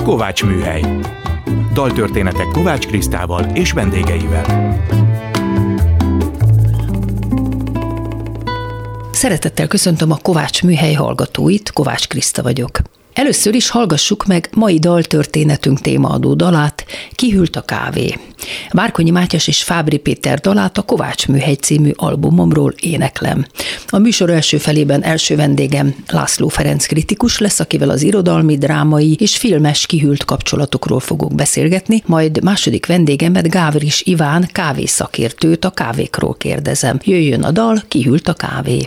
Kovács Műhely. Daltörténetek Kovács Krisztával és vendégeivel. Szeretettel köszöntöm a Kovács Műhely hallgatóit, Kovács Kriszta vagyok. Először is hallgassuk meg mai daltörténetünk témaadó dalát, Kihűlt a kávé. Várkonyi Mátyás és Fábry Péter dalát a Kovács Műhely című albumomról éneklem. A műsor első felében első vendégem László Ferenc kritikus lesz, akivel az irodalmi, drámai és filmes kihűlt kapcsolatokról fogok beszélgetni, majd második vendégemet Gávris Iván kávészakértőt a kávékról kérdezem. Jöjjön a dal, Kihűlt a kávé.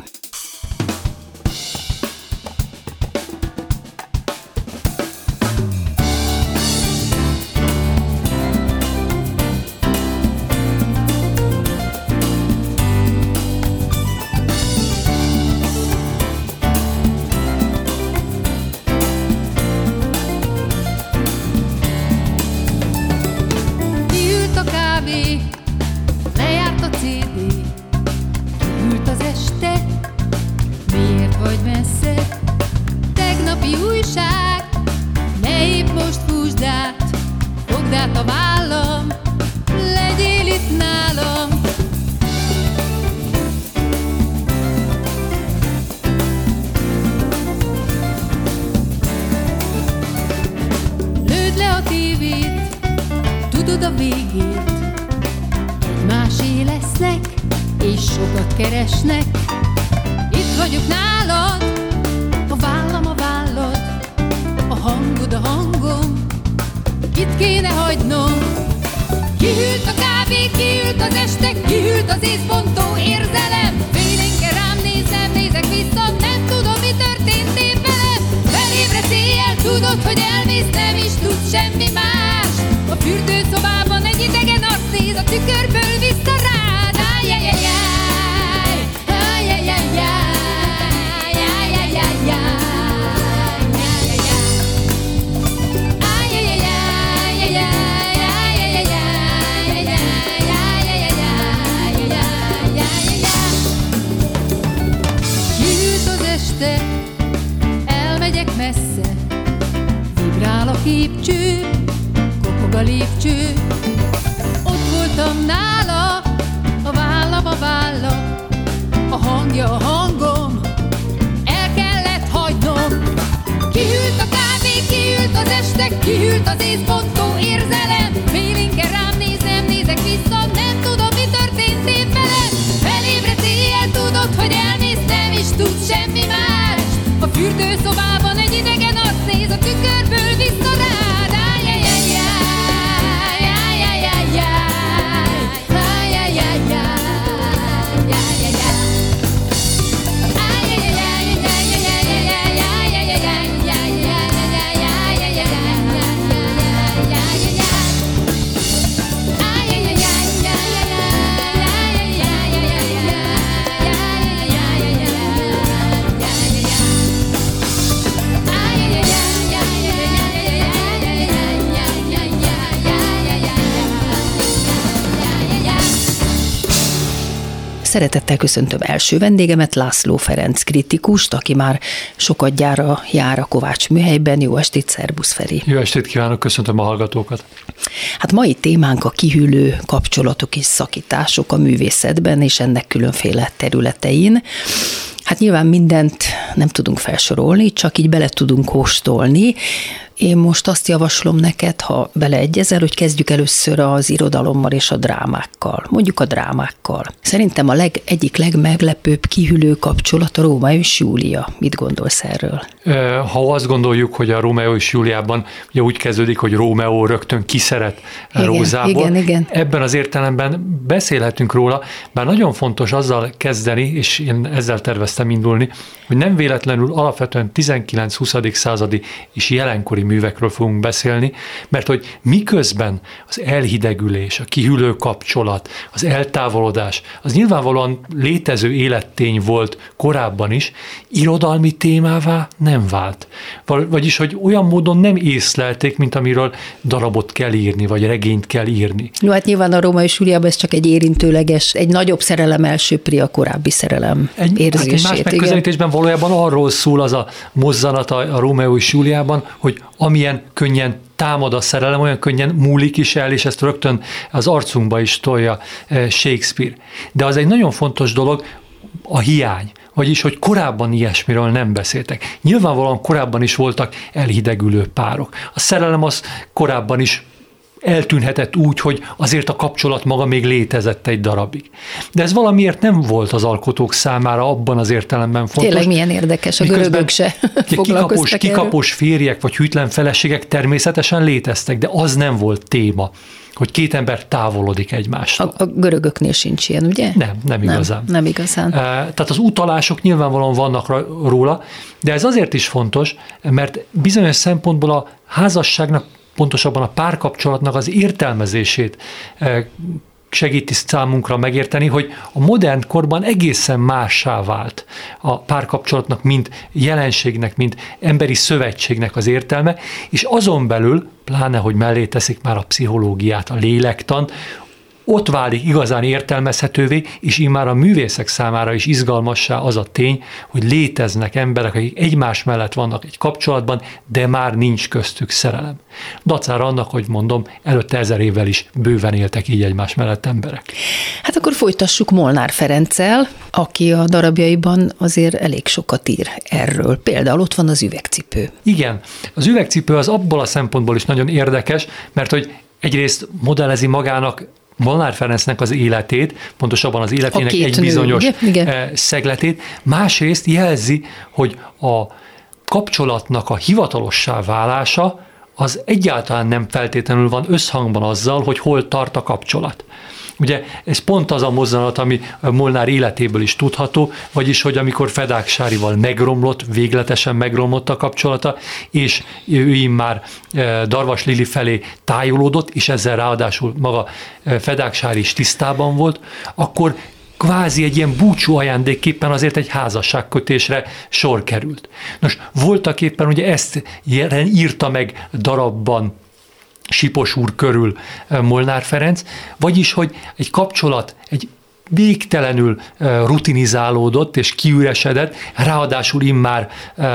Szeretettel köszöntöm első vendégemet, László Ferenc kritikust, aki már sokadjára jár a Kovács Műhelyben. Jó estét, szerbusz Feri! Jó estét kívánok, köszöntöm a hallgatókat! Hát mai témánk a kihűlő kapcsolatok és szakítások a művészetben és ennek különféle területein. Hát nyilván mindent nem tudunk felsorolni, csak így bele tudunk kóstolni. Én most azt javaslom neked, ha beleegyezel, hogy kezdjük először az irodalommal és a drámákkal. Mondjuk a drámákkal. Szerintem egyik legmeglepőbb kihűlő kapcsolat a Rómeó és Júlia. Mit gondolsz erről? Ha azt gondoljuk, hogy a Rómeó és Júliában ugye úgy kezdődik, hogy Rómeó rögtön kiszeret Rózából. Igen. Ebben az értelemben beszélhetünk róla, bár nagyon fontos azzal kezdeni, és én ezzel terveztem indulni, hogy nem véletlenül alapvetően 19-20. századi és jelenkori művekről fogunk beszélni, mert hogy miközben az elhidegülés, a kihűlő kapcsolat, az eltávolodás, az nyilvánvalóan létező élettény volt korábban is, irodalmi témává nem vált. Vagyis, hogy olyan módon nem észlelték, mint amiről darabot kell írni, vagy regényt kell írni. Jó, hát nyilván a Rómeó és Júliában ez csak egy érintőleges, egy nagyobb szerelem elsöpri a korábbi szerelem érzését. Más megközelítésben valójában arról szól az a mozzanat a Rómeó és Júliában, hogy amilyen könnyen támad a szerelem, olyan könnyen múlik is el, és ezt rögtön az arcunkba is tolja Shakespeare. De az egy nagyon fontos dolog, a hiány. Vagyis, hogy korábban ilyesmiről nem beszéltek. Nyilvánvalóan korábban is voltak elhidegülő párok. A szerelem az korábban is eltűnhetett úgy, hogy azért a kapcsolat maga még létezett egy darabig. De ez valamiért nem volt az alkotók számára abban az értelemben fontos. Tényleg milyen érdekes, a görögök se foglalkoztak kikapos férjek vagy hűtlen feleségek természetesen léteztek, de az nem volt téma, hogy két ember távolodik egymástól. A görögöknél sincs ilyen, ugye? Nem igazán. Nem igazán. Tehát az utalások nyilvánvalóan vannak róla, de ez azért is fontos, mert bizonyos szempontból a házasságnak, pontosabban a párkapcsolatnak az értelmezését segíti számunkra megérteni, hogy a modern korban egészen mássá vált a párkapcsolatnak, mint jelenségnek, mint emberi szövetségnek az értelme, és azon belül, pláne, hogy mellé teszik már a pszichológiát, a lélektant, ott válik igazán értelmezhetővé, és immár a művészek számára is izgalmassá az a tény, hogy léteznek emberek, akik egymás mellett vannak egy kapcsolatban, de már nincs köztük szerelem. Dacára annak, hogy mondom, előtte 1000 évvel is bőven éltek így egymás mellett emberek. Hát akkor folytassuk Molnár Ferenccel, aki a darabjaiban azért elég sokat ír erről. Például ott van az Üvegcipő. Igen, az Üvegcipő az abból a szempontból is nagyon érdekes, mert hogy egyrészt modellezi magának Molnár Ferencnek az életét, pontosabban az életének egy bizonyos szegletét, másrészt jelzi, hogy a kapcsolatnak a hivatalossá válása az egyáltalán nem feltétlenül van összhangban azzal, hogy hol tart a kapcsolat. Ugye ez pont az a mozzanat, ami Molnár életéből is tudható, vagyis, hogy amikor Fedák Sárival végletesen megromlott a kapcsolata, és ő immár Darvas Lili felé tájolódott, és ezzel ráadásul maga Fedák Sári is tisztában volt, akkor kvázi egy ilyen búcsú ajándékképpen azért egy házasságkötésre sor került. Nos, voltak éppen ugye ezt írta meg darabban Sipos úr körül Molnár Ferenc, vagyis, hogy egy kapcsolat, egy végtelenül rutinizálódott és kiüresedett, ráadásul immár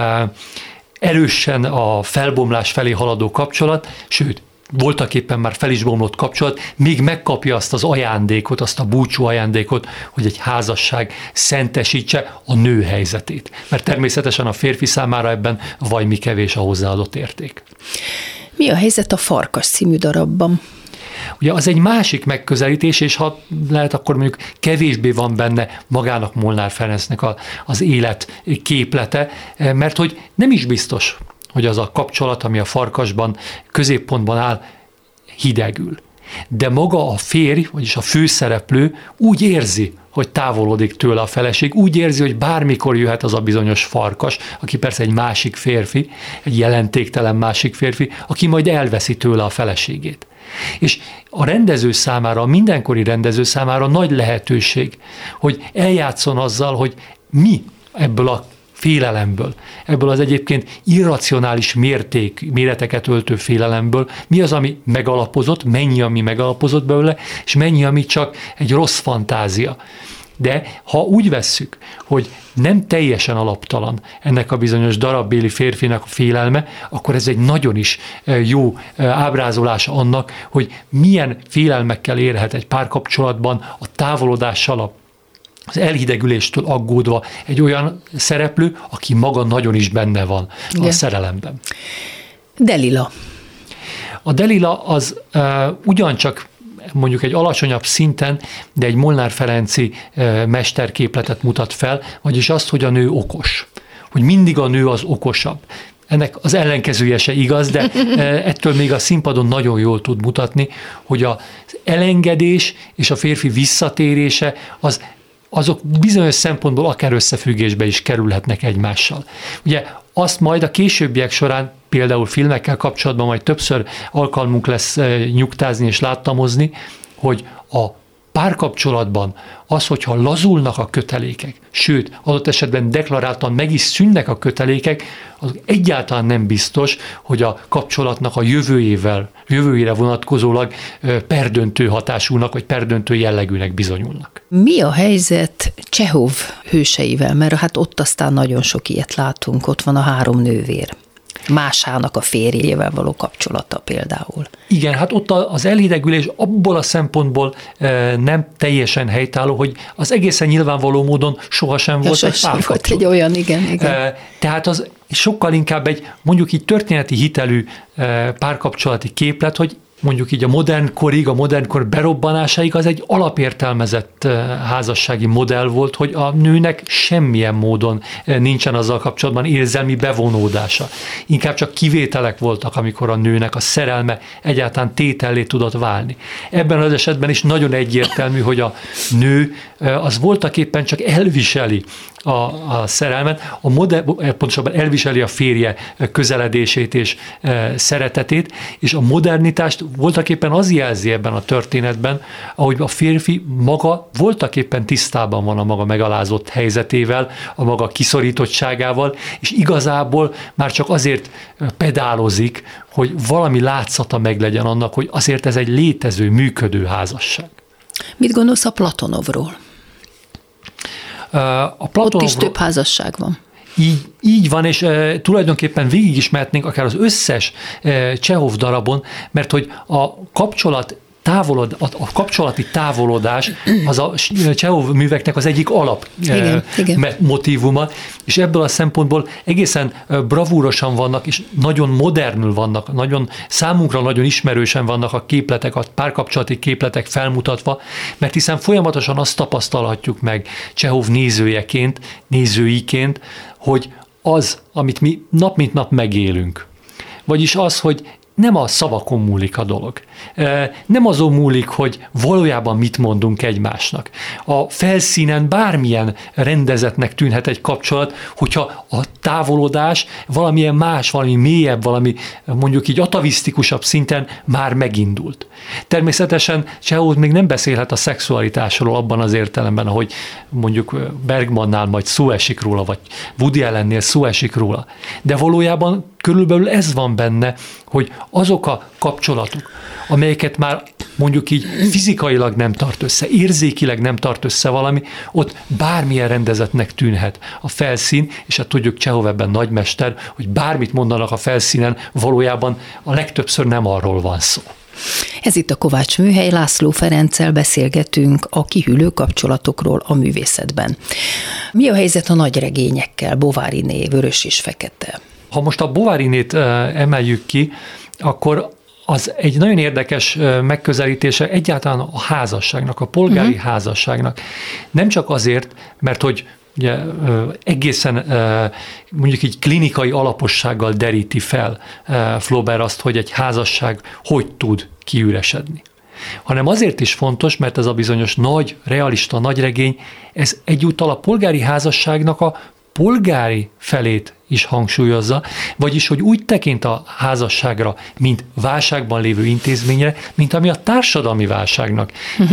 erősen a felbomlás felé haladó kapcsolat, sőt, voltak éppen már fel is bomlott kapcsolat, még megkapja azt az ajándékot, azt a búcsú ajándékot, hogy egy házasság szentesítse a nő helyzetét. Mert természetesen a férfi számára ebben vajmi kevés a hozzáadott érték. Mi a helyzet a Farkas című darabban? Ugye az egy másik megközelítés, és ha lehet, akkor mondjuk kevésbé van benne magának Molnár Ferencnek az élet képlete, mert hogy nem is biztos, hogy az a kapcsolat, ami a Farkasban középpontban áll, hidegül. De maga a férj, vagyis a főszereplő úgy érzi, hogy távolodik tőle a feleség, úgy érzi, hogy bármikor jöhet az a bizonyos Farkas, aki persze egy másik férfi, egy jelentéktelen másik férfi, aki majd elveszi tőle a feleségét. És a rendező számára, a mindenkori rendező számára nagy lehetőség, hogy eljátszon azzal, hogy mi ebből a félelemből, ebből az egyébként irracionális méreteket öltő félelemből, mi az, ami megalapozott, mennyi, ami megalapozott belőle, és mennyi, ami csak egy rossz fantázia. De ha úgy vesszük, hogy nem teljesen alaptalan ennek a bizonyos darabbéli férfinak a félelme, akkor ez egy nagyon is jó ábrázolása annak, hogy milyen félelmekkel érhet egy párkapcsolatban a távolodással, az elhidegüléstől aggódva egy olyan szereplő, aki maga nagyon is benne van a szerelemben. Delila. A Delila az ugyancsak mondjuk egy alacsonyabb szinten, de egy Molnár Ferenci mesterképletet mutat fel, vagyis azt, hogy a nő okos. Hogy mindig a nő az okosabb. Ennek az ellenkezője se igaz, de ettől még a színpadon nagyon jól tud mutatni, hogy az elengedés és a férfi visszatérése azok bizonyos szempontból akár összefüggésbe is kerülhetnek egymással. Ugye azt majd a későbbiek során, például filmekkel kapcsolatban majd többször alkalmunk lesz nyugtázni és láttamozni, hogy a párkapcsolatban az, hogyha lazulnak a kötelékek, sőt, adott esetben deklaráltan meg is szűnnek a kötelékek, az egyáltalán nem biztos, hogy a kapcsolatnak a jövőjére vonatkozólag perdöntő hatásúnak, vagy perdöntő jellegűnek bizonyulnak. Mi a helyzet Csehov hőseivel? Mert hát ott aztán nagyon sok ilyet látunk, ott van a 3 nővér. másának a férjével való kapcsolata például. Igen, hát ott az elhidegülés abból a szempontból nem teljesen helytálló, hogy az egészen nyilvánvaló módon sohasem volt egy párkapcsolat. Volt egy olyan, igen. Tehát az sokkal inkább egy mondjuk így történeti hitelű párkapcsolati képlet, hogy mondjuk így a modern kor berobbanásáig az egy alapértelmezett házassági modell volt, hogy a nőnek semmilyen módon nincsen azzal kapcsolatban érzelmi bevonódása. Inkább csak kivételek voltak, amikor a nőnek a szerelme egyáltalán tétellé tudott válni. Ebben az esetben is nagyon egyértelmű, hogy a nő az voltaképpen csak elviseli a szerelmet, pontosabban elviseli a férje közeledését és szeretetét, és a modernitást voltaképpen az jelzi ebben a történetben, ahogy a férfi maga voltaképpen tisztában van a maga megalázott helyzetével, a maga kiszorítottságával, és igazából már csak azért pedálozik, hogy valami látszata meglegyen annak, hogy azért ez egy létező, működő házasság. Mit gondolsz a Platonovról? Ott is több házasság van. Így van, és tulajdonképpen végig is mehetnénk akár az összes Csehov darabon, mert hogy a kapcsolati távolodás az a Csehov műveknek az egyik alap motívuma, és ebből a szempontból egészen bravúrosan vannak, és nagyon modernül vannak, számunkra nagyon ismerősen vannak a képletek, a párkapcsolati képletek felmutatva, mert hiszen folyamatosan azt tapasztalhatjuk meg Csehov nézőiként, hogy az, amit mi nap mint nap megélünk, vagyis az, hogy nem a szavakon múlik a dolog. Nem azon múlik, hogy valójában mit mondunk egymásnak. A felszínen bármilyen rendezetnek tűnhet egy kapcsolat, hogyha a távolodás valamilyen más, valami mélyebb, valami mondjuk így atavisztikusabb szinten már megindult. Természetesen Csehov még nem beszélhet a szexualitásról abban az értelemben, ahogy mondjuk Bergmannál majd szó esik róla, vagy Woody Allennél szó esik róla. De valójában körülbelül ez van benne, hogy azok a kapcsolatok, amelyeket már mondjuk így fizikailag nem tart össze, érzékileg nem tart össze valami, ott bármilyen rendezetnek tűnhet a felszín, és hát tudjuk, Csehov ebben nagymester, hogy bármit mondanak a felszínen, valójában a legtöbbször nem arról van szó. Ez itt a Kovács Műhely, László Ferenccel beszélgetünk a kihűlő kapcsolatokról a művészetben. Mi a helyzet a nagyregényekkel, Bováriné, Vörös és Fekete? Ha most a Bovárinét emeljük ki, akkor az egy nagyon érdekes megközelítése egyáltalán a házasságnak, a polgári házasságnak. Nem csak azért, mert hogy ugye, egészen mondjuk így klinikai alapossággal deríti fel Flaubert azt, hogy egy házasság hogy tud kiüresedni, hanem azért is fontos, mert ez a bizonyos nagy, realista nagyregény, ez egyúttal a polgári házasságnak a polgári felét is hangsúlyozza, vagyis, hogy úgy tekint a házasságra, mint válságban lévő intézményre, mint ami a társadalmi válságnak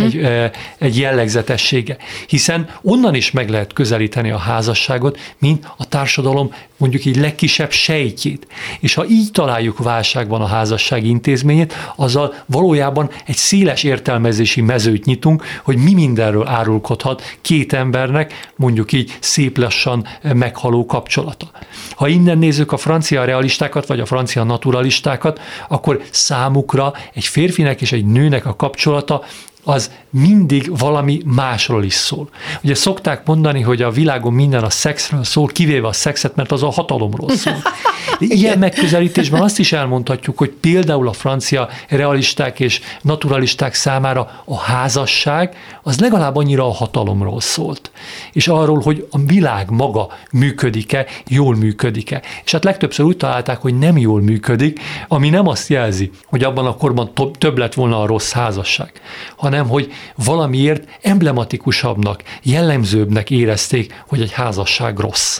egy jellegzetessége. Hiszen onnan is meg lehet közelíteni a házasságot, mint a társadalom mondjuk így legkisebb sejtjét. És ha így találjuk válságban a házasság intézményét, azzal valójában egy széles értelmezési mezőt nyitunk, hogy mi mindenről árulkodhat két embernek mondjuk így szép lassan meghaló kapcsolata. Ha innen nézzük a francia realistákat, vagy a francia naturalistákat, akkor számukra egy férfinek és egy nőnek a kapcsolata az mindig valami másról is szól. Ugye szokták mondani, hogy a világon minden a szexről szól, kivéve a szexet, mert az a hatalomról szól. Ilyen megközelítésben azt is elmondhatjuk, hogy például a francia realisták és naturalisták számára a házasság az legalább annyira a hatalomról szólt. És arról, hogy a világ maga működik-e, jól működik-e. És hát legtöbbször úgy találták, hogy nem jól működik, ami nem azt jelzi, hogy abban a korban több lett volna a rossz házasság, hanem hogy valamiért emblematikusabbnak, jellemzőbbnek érezték, hogy egy házasság rossz.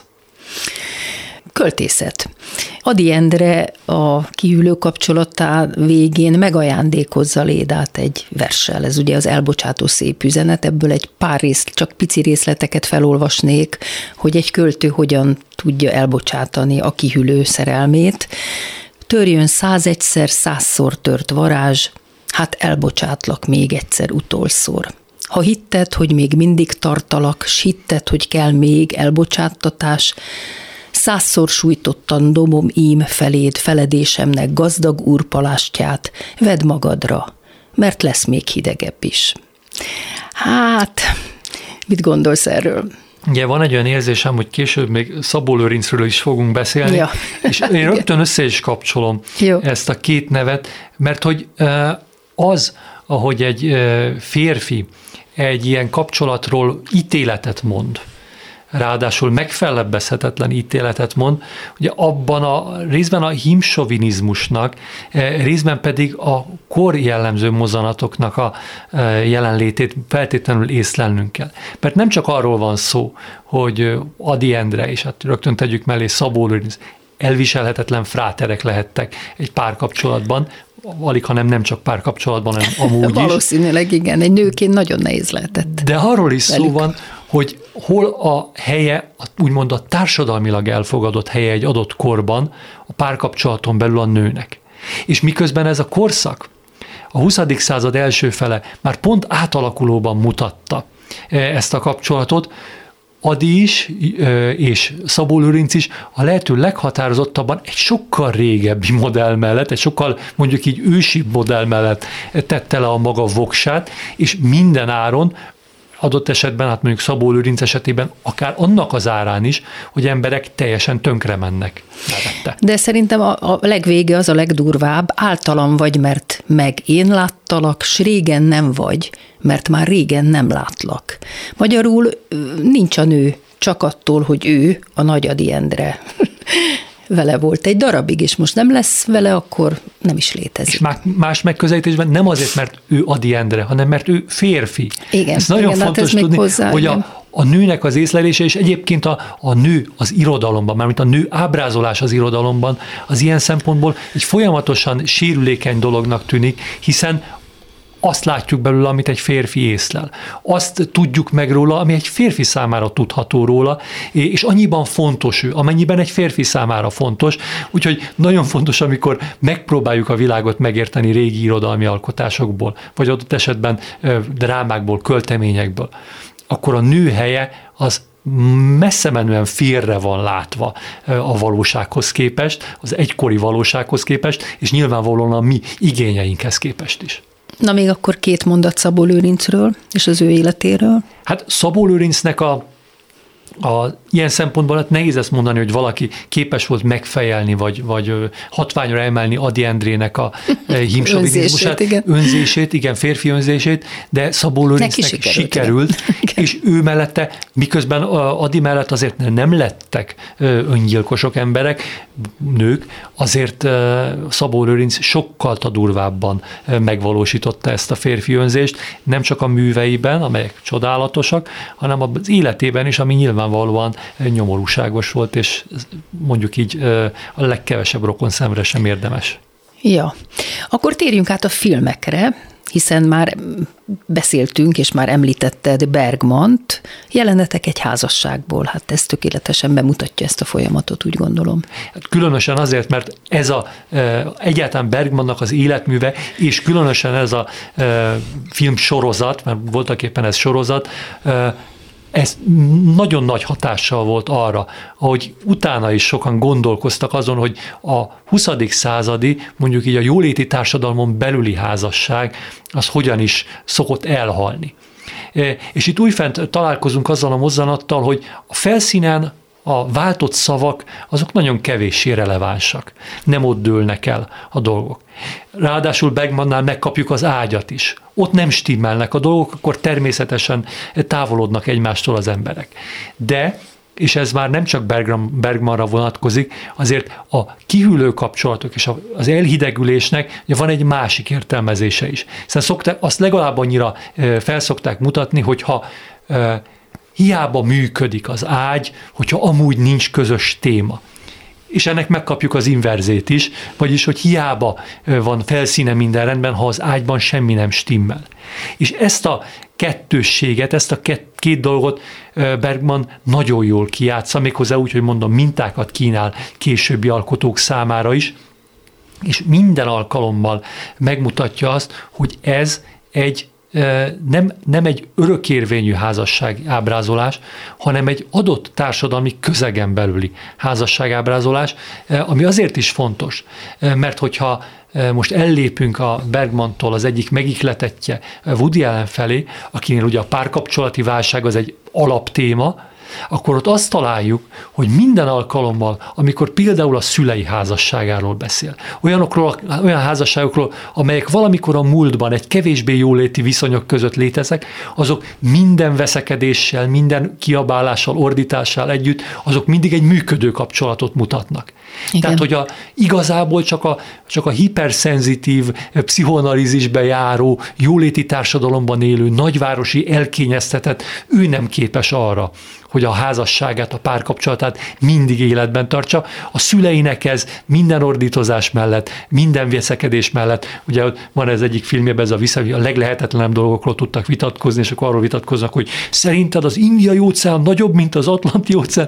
Költészet. Ady Endre a kihűlő kapcsolatá végén megajándékozza Lédát egy verssel. Ez ugye az Elbocsátó szép üzenet, ebből egy pár csak pici részleteket felolvasnék, hogy egy költő hogyan tudja elbocsátani a kihűlő szerelmét. Törjön 101-szer, 100-szor tört varázs, hát elbocsátlak még egyszer utolszor. Ha hitted, hogy még mindig tartalak, s hitted, hogy kell még elbocsáttatás, 100-szor sújtottan domom ím feléd feledésemnek gazdag úrpalástját, vedd magadra, mert lesz még hidegebb is. Hát, mit gondolsz erről? Ugye van egy olyan érzésem, hogy később még Szabó Lőrincről is fogunk beszélni, ja. És én rögtön össze is kapcsolom ezt a két nevet, mert hogy az, ahogy egy férfi egy ilyen kapcsolatról ítéletet mond, ráadásul megfelebbezhetetlen ítéletet mond, ugye abban részben a himsovinizmusnak, részben pedig a kor jellemző mozzanatoknak a jelenlétét feltétlenül észlelnünk kell. Mert nem csak arról van szó, hogy Ady Endre, és hát rögtön tegyük mellé Szabó Lőrinc, elviselhetetlen fráterek lehettek egy párkapcsolatban, alig, hanem nem csak párkapcsolatban, hanem amúgy is. Valószínűleg igen, egy nőként nagyon nehéz lehetett. De arról is velük szó van, hogy hol a helye, úgymond a társadalmilag elfogadott helye egy adott korban a párkapcsolaton belül a nőnek. És miközben ez a korszak, a 20. század első fele már pont átalakulóban mutatta ezt a kapcsolatot, Ady is és Szabó Lőrinc is a lehető leghatározottabban egy sokkal régebbi modell mellett, egy sokkal mondjuk így ősibb modell mellett tette le a maga voksát, és minden áron, adott esetben, hát mondjuk Szabó Lőrinc esetében akár annak az árán is, hogy emberek teljesen tönkre mennek. De szerintem a legvége az a legdurvább, általam vagy, mert meg én láttalak, s régen nem vagy, mert már régen nem látlak. Magyarul nincs a nő csak attól, hogy ő, a nagy Ady Endre vele volt egy darabig, és most nem lesz vele, akkor nem is létezik. És más megközelítésben nem azért, mert ő Ady Endre, hanem mert ő férfi. Igen, ez nagyon igen, fontos hát tudni, hozzá, hogy a nőnek az észlelése, és egyébként a nő az irodalomban, mármint a nő ábrázolás az irodalomban, az ilyen szempontból egy folyamatosan sérülékeny dolognak tűnik, hiszen azt látjuk belőle, amit egy férfi észlel. Azt tudjuk meg róla, ami egy férfi számára tudható róla, és annyiban fontos ő, amennyiben egy férfi számára fontos. Úgyhogy nagyon fontos, amikor megpróbáljuk a világot megérteni régi irodalmi alkotásokból, vagy adott esetben drámákból, költeményekből, akkor a nő helye az messze menően félre van látva a valósághoz képest, az egykori valósághoz képest, és nyilvánvalóan a mi igényeinkhez képest is. Na még akkor 2 mondat Szabó Lőrincről és az ő életéről. Hát Szabó Lőrincnek ilyen szempontból hát nehéz ezt mondani, hogy valaki képes volt megfejelni, vagy hatványra emelni Ady Endrének a himsovinizmusát, önzését, igen, férfi önzését, de Szabó Lőrincnek sikerült, és ő mellette, miközben Ady mellett azért nem lettek öngyilkosok emberek, nők, azért Szabó Lőrinc sokkal durvábban megvalósította ezt a férfi önzést, nem csak a műveiben, amelyek csodálatosak, hanem az életében is, ami nyilvánvalóan nyomorúságos volt, és mondjuk így a legkevesebb rokon szemre sem érdemes. Ja, akkor térjünk át a filmekre, hiszen már beszéltünk, és már említetted Bergmant, jelenetek egy házasságból, hát ez tökéletesen bemutatja ezt a folyamatot, úgy gondolom. Hát különösen azért, mert ez egyáltalán Bergmannak az életműve, és különösen ez a filmsorozat, mert voltaképpen ez sorozat, ez nagyon nagy hatással volt arra, ahogy utána is sokan gondolkoztak azon, hogy a 20. századi, mondjuk így a jóléti társadalmon belüli házasság, az hogyan is szokott elhalni. És itt újfent találkozunk azzal a mozzanattal, hogy a felszínen a váltott szavak, azok nagyon kevéssé relevánsak. Nem ott dőlnek el a dolgok. Ráadásul Bergmannál megkapjuk az ágyat is. Ott nem stimmelnek a dolgok, akkor természetesen távolodnak egymástól az emberek. De, és ez már nem csak Bergmanra vonatkozik, azért a kihűlő kapcsolatok és az elhidegülésnek van egy másik értelmezése is. Hiszen azt legalább annyira felszokták mutatni, hogyha hiába működik az ágy, hogyha amúgy nincs közös téma. És ennek megkapjuk az inverzét is, vagyis, hogy hiába van felszíne minden rendben, ha az ágyban semmi nem stimmel. És ezt a kettősséget, ezt a két dolgot Bergman nagyon jól kijátsza, méghozzá úgy, hogy mondom, mintákat kínál későbbi alkotók számára is, és minden alkalommal megmutatja azt, hogy ez egy nem egy örökérvényű házasság ábrázolás, hanem egy adott társadalmi közegen belüli házasságábrázolás, ami azért is fontos, mert hogyha most ellépünk a Bergmantól az egyik megihletettje Woody Allen felé, akinél ugye a párkapcsolati válság az egy alaptéma, akkor ott azt találjuk, hogy minden alkalommal, amikor például a szülei házasságáról beszél, olyan házasságokról, amelyek valamikor a múltban egy kevésbé jóléti viszonyok között léteznek, azok minden veszekedéssel, minden kiabálással, ordítással együtt, azok mindig egy működő kapcsolatot mutatnak. Igen. Tehát, hogy igazából csak a hiperszenzitív, pszichoanalízisbe járó, jóléti társadalomban élő, nagyvárosi elkényeztetett, ő nem képes arra, hogy a házasságát, a párkapcsolatát mindig életben tartsa. A szüleinek ez minden ordítozás mellett, minden veszekedés mellett, ugye van ez egyik filmjében, ez a leglehetetlenebb dolgokról tudtak vitatkozni, és akkor arról vitatkoznak, hogy szerinted az Indiai-óceán nagyobb, mint az Atlanti-óceán,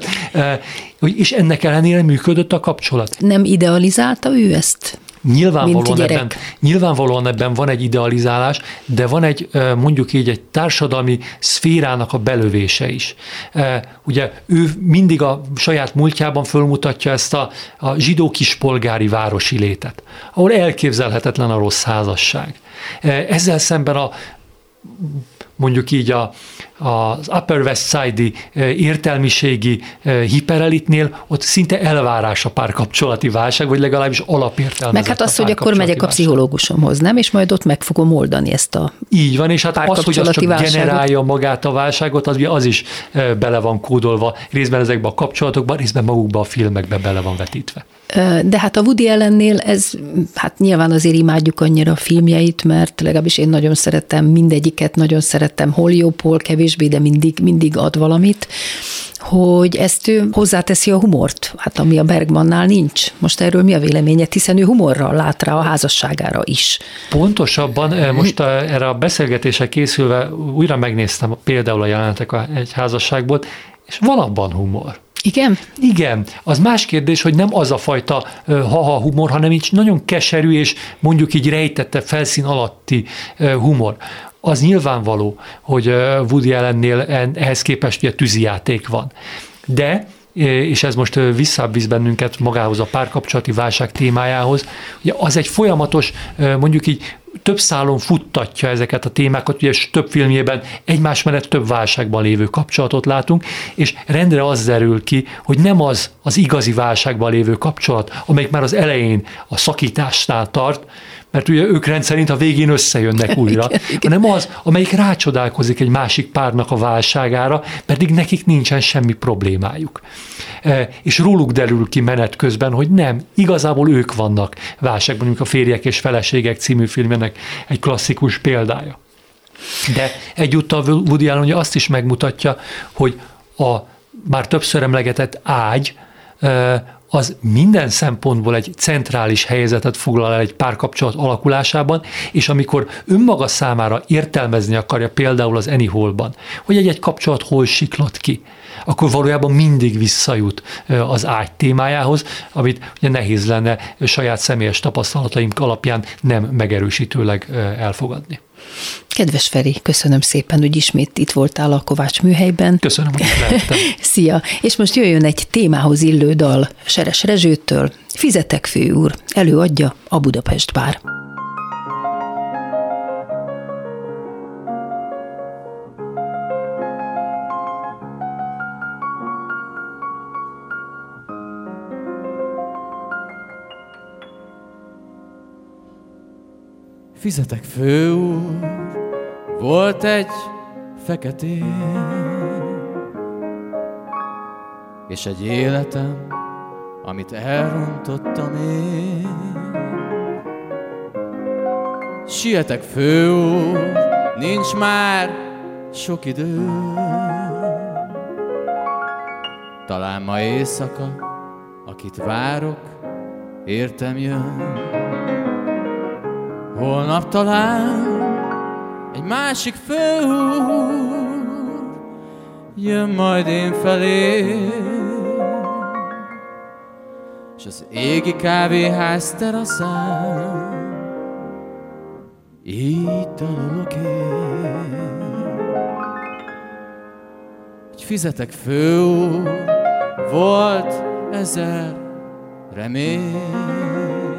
és ennek ellenére működött a kapcsolat. Nem idealizálta ő ezt? Nyilvánvalóan ebben van egy idealizálás, de van mondjuk így egy társadalmi szférának a belövése is. Ugye ő mindig a saját múltjában fölmutatja ezt a zsidó kispolgári városi létet, ahol elképzelhetetlen a rossz házasság. Ezzel szemben mondjuk így az Upper West Side-i értelmiségi hiperelitnél ott szinte elvárás a párkapcsolati válság, vagy legalábbis alapértelmezett. Meg hát az, hogy akkor megyek a pszichológusomhoz, nem? És majd ott meg fogom oldani ezt a így van, és hát az, hogy az csak generálja magát a válságot, az is bele van kódolva, részben ezekben a kapcsolatokban, részben magukban a filmekben bele van vetítve. De hát a Woody Allennél ez, hát nyilván azért imádjuk annyira a filmjeit, mert legalábbis én nagyon szeretem mindegyiket, nagyon szeretem, hol jobb, hol kevésbé, de mindig ad valamit, hogy ezt ő hozzáteszi a humort, hát ami a Bergmannál nincs. Most erről mi a véleményed, hiszen ő humorral lát rá a házasságára is. Pontosabban most erre a beszélgetésre készülve újra megnéztem például a jelenetek egy házasságból, és van abban humor. Igen? Igen. Az más kérdés, hogy nem az a fajta haha humor, hanem így nagyon keserű és mondjuk így rejtette felszín alatti humor. Az nyilvánvaló, hogy Woody Allennél ehhez képest ugye tűzijáték van. De, és ez most visszavisz bennünket magához a párkapcsolati válság témájához, ugye az egy folyamatos, mondjuk így több szálon futtatja ezeket a témákat, ugye több filmjében egymás mellett több válságban lévő kapcsolatot látunk, és rendre az derül ki, hogy nem az igazi válságban lévő kapcsolat, amelyik már az elején a szakításnál tart, mert ugye ők rendszerint a végén összejönnek újra, hanem az, amelyik rácsodálkozik egy másik párnak a válságára, pedig nekik nincsen semmi problémájuk. És róluk derül ki menet közben, hogy nem, igazából ők vannak válságban, mondjuk a Férjek és feleségek című filmnek egy klasszikus példája. De egyúttal Woody Allen ugye azt is megmutatja, hogy a már többször emlegetett ágy, az minden szempontból egy centrális helyezetet foglal el egy párkapcsolat alakulásában, és amikor önmaga számára értelmezni akarja például az Annie Hall-ban, hogy egy kapcsolat hol siklott ki, akkor valójában mindig visszajut az ágy témájához, amit ugye nehéz lenne saját személyes tapasztalataink alapján nem megerősítőleg elfogadni. Kedves Feri, köszönöm szépen, hogy ismét itt voltál a Kovács műhelyben. Köszönöm, hogy itt lehettem. Szia! És most jöjjön egy témához illő dal Seres Rezsőtől. Fizetek, főúr, előadja a Budapest Bár. Fizetek, főúr, volt egy feketén, és egy életem, amit elrontottam én. Sietek, főúr, nincs már sok idő, talán ma éjszaka, akit várok, értem jön. Holnap talán egy másik főúr jön majd én felé, és az égi kávéház teraszán így dalolok én. Hogy fizetek főúr, volt 1000 remény,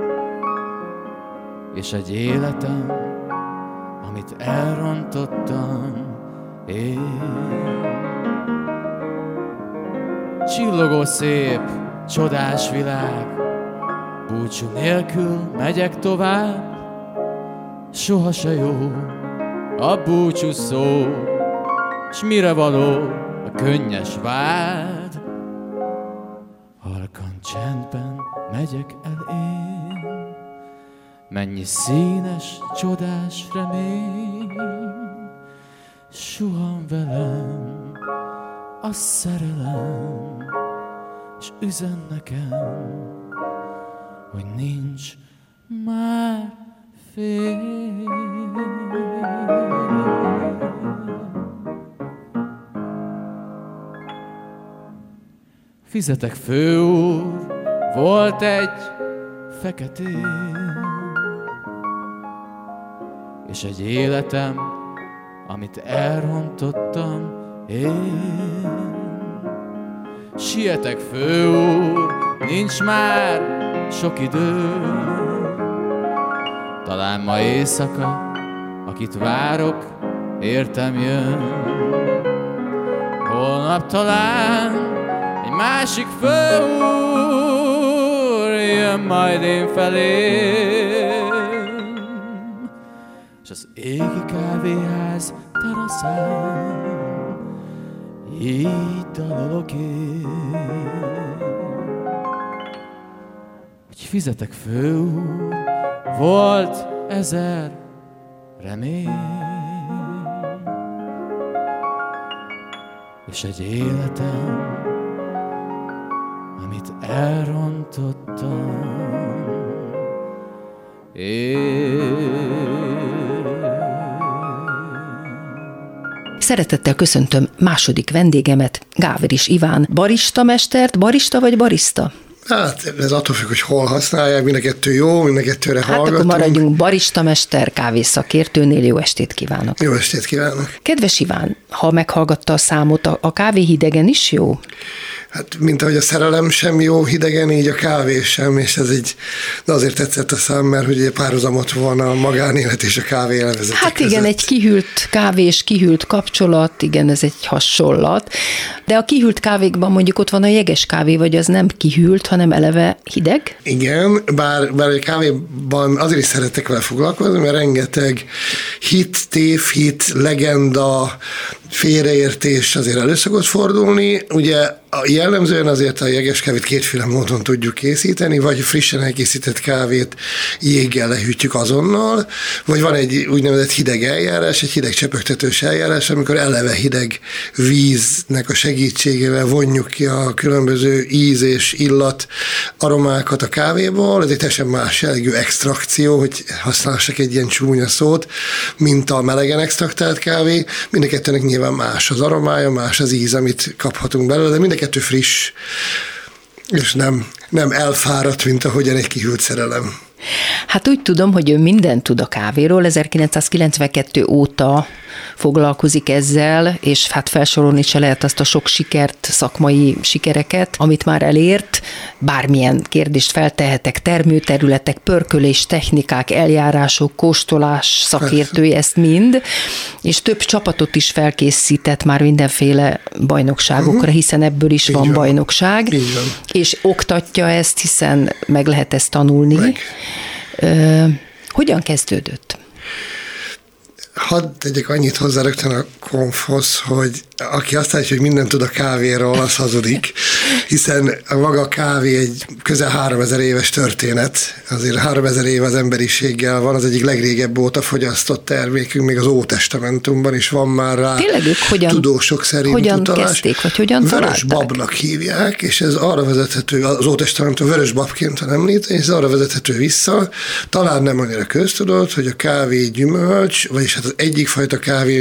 és egy életem, amit elrontottam én. Csillogó szép, csodás világ, búcsú nélkül megyek tovább, soha se jó a búcsú szó, s mire való a könnyes vád. Halkan csendben megyek el én, mennyi színes, csodás remény, suhan velem a szerelem, s üzen nekem, hogy nincs már fény. Fizetek főúr, volt egy feketén, és egy életem, amit elrontottam én. Sietek főúr, nincs már sok idő, talán ma éjszaka, akit várok, értem jön. Holnap talán egy másik főúr jön majd én felém, s az égi kávéház teraszán így dalolok én. Hogy fizetek főúr, volt 1000 remény, és egy életem, amit elrontottam Szeretettel köszöntöm második vendégemet, Gáveris Iván, baristamestert, barista vagy barista? Hát ez attól függ, hogy hol használják, mind a kettő jó, mind a kettőre hallgatunk. Hát akkor maradjunk baristamester, kávészakértőnél, jó estét kívánok. Jó estét kívánok. Kedves Iván, ha meghallgatta a számot, a kávé hidegen is jó? Hát, mint ahogy a szerelem sem jó hidegen, így a kávé sem, és ez így, de azért tetszett a szám, mert hogy párhuzamot van a magánélet és a kávé elvezetek Hát igen, között. egy kihűlt kávé és kihűlt kapcsolat, igen, ez egy hasonlat. De a kihűlt kávékban mondjuk ott van a jeges kávé, vagy az nem kihűlt, hanem eleve hideg? Igen, bár a kávéban azért is szeretek vele foglalkozni, mert rengeteg hit, tévhit, legenda, félreértés azért elő szokott fordulni. Ugye jellemzően azért a jeges kávét kétféle módon tudjuk készíteni, vagy frissen elkészített kávét jéggel lehűtjük azonnal, vagy van egy úgynevezett hideg eljárás, egy hideg csepögtetős eljárás, amikor eleve hideg víznek a segítségével vonjuk ki a különböző íz és illat aromákat a kávéból. Ez egy teljesen más jellegű extrakció, hogy használsak egy ilyen csúnya szót, mint a melegen extraktált kávé. Mind a kettőnek nyilván más az aromája, más az íz, amit kaphatunk belőle, de mind a kettő friss, és nem elfáradt, mint ahogyan egy kihűlt szerelem. Hát úgy tudom, hogy ő mindent tud a kávéról, 1992 óta foglalkozik ezzel, és hát felsorolni se lehet azt a sok sikert, szakmai sikereket, amit már elért. Bármilyen kérdést feltehetek, termőterületek, pörkölés, technikák, eljárások, kóstolás szakértője, ezt mind, és több csapatot is felkészített már mindenféle bajnokságokra, hiszen ebből is van bajnokság, és oktatja ezt, hiszen meg lehet ezt tanulni. Hogyan kezdődött? Hadd tegyek annyit hozzá rögtön a konfhoz, hogy aki azt látja, hogy mindent tud a kávéról, az hazudik, hiszen a maga kávé egy közel 3000 éves történet, azért 3000 év az emberiséggel van, az egyik legrégebb óta fogyasztott termékünk, még az Ótestamentumban is van már rá. Tényleg ők tudósok szerint hogyan utalás. Kezdték, vagy hogyan Vörös babnak hívják, és ez arra vezethető, az Ótestamentum vörös babként van említve, és ez arra vezethető vissza, talán nem annyira köztudott, hogy a kávé gyümölcs, vagyis hát az egyik fajta kávé